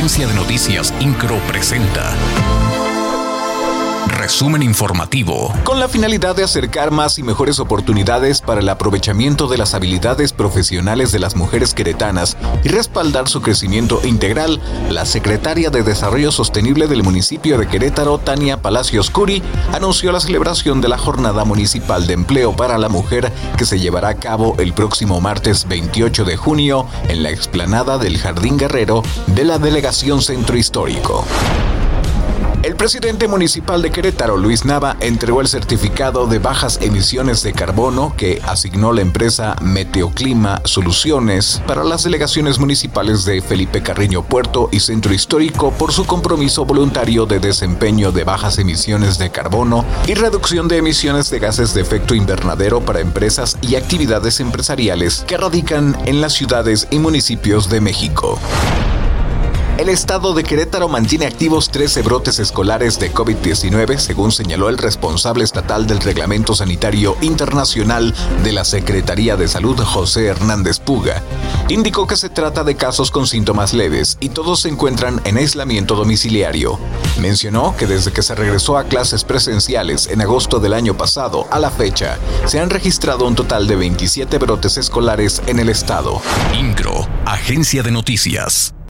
Agencia de Noticias Incro presenta Resumen informativo. Con la finalidad de acercar más y mejores oportunidades para el aprovechamiento de las habilidades profesionales de las mujeres queretanas y respaldar su crecimiento integral, la secretaria de Desarrollo Sostenible del municipio de Querétaro, Tania Palacios Curi, anunció la celebración de la Jornada Municipal de Empleo para la Mujer que se llevará a cabo el próximo martes 28 de junio en la explanada del Jardín Guerrero de la Delegación Centro Histórico. El presidente municipal de Querétaro, Luis Nava, entregó el certificado de bajas emisiones de carbono que asignó la empresa Meteoclima Soluciones para las delegaciones municipales de Felipe Carreño Puerto y Centro Histórico por su compromiso voluntario de desempeño de bajas emisiones de carbono y reducción de emisiones de gases de efecto invernadero para empresas y actividades empresariales que radican en las ciudades y municipios de México. El estado de Querétaro mantiene activos 13 brotes escolares de COVID-19, según señaló el responsable estatal del Reglamento Sanitario Internacional de la Secretaría de Salud, José Hernández Puga. Indicó que se trata de casos con síntomas leves y todos se encuentran en aislamiento domiciliario. Mencionó que desde que se regresó a clases presenciales en agosto del año pasado a la fecha, se han registrado un total de 27 brotes escolares en el estado. Incro, Agencia de Noticias.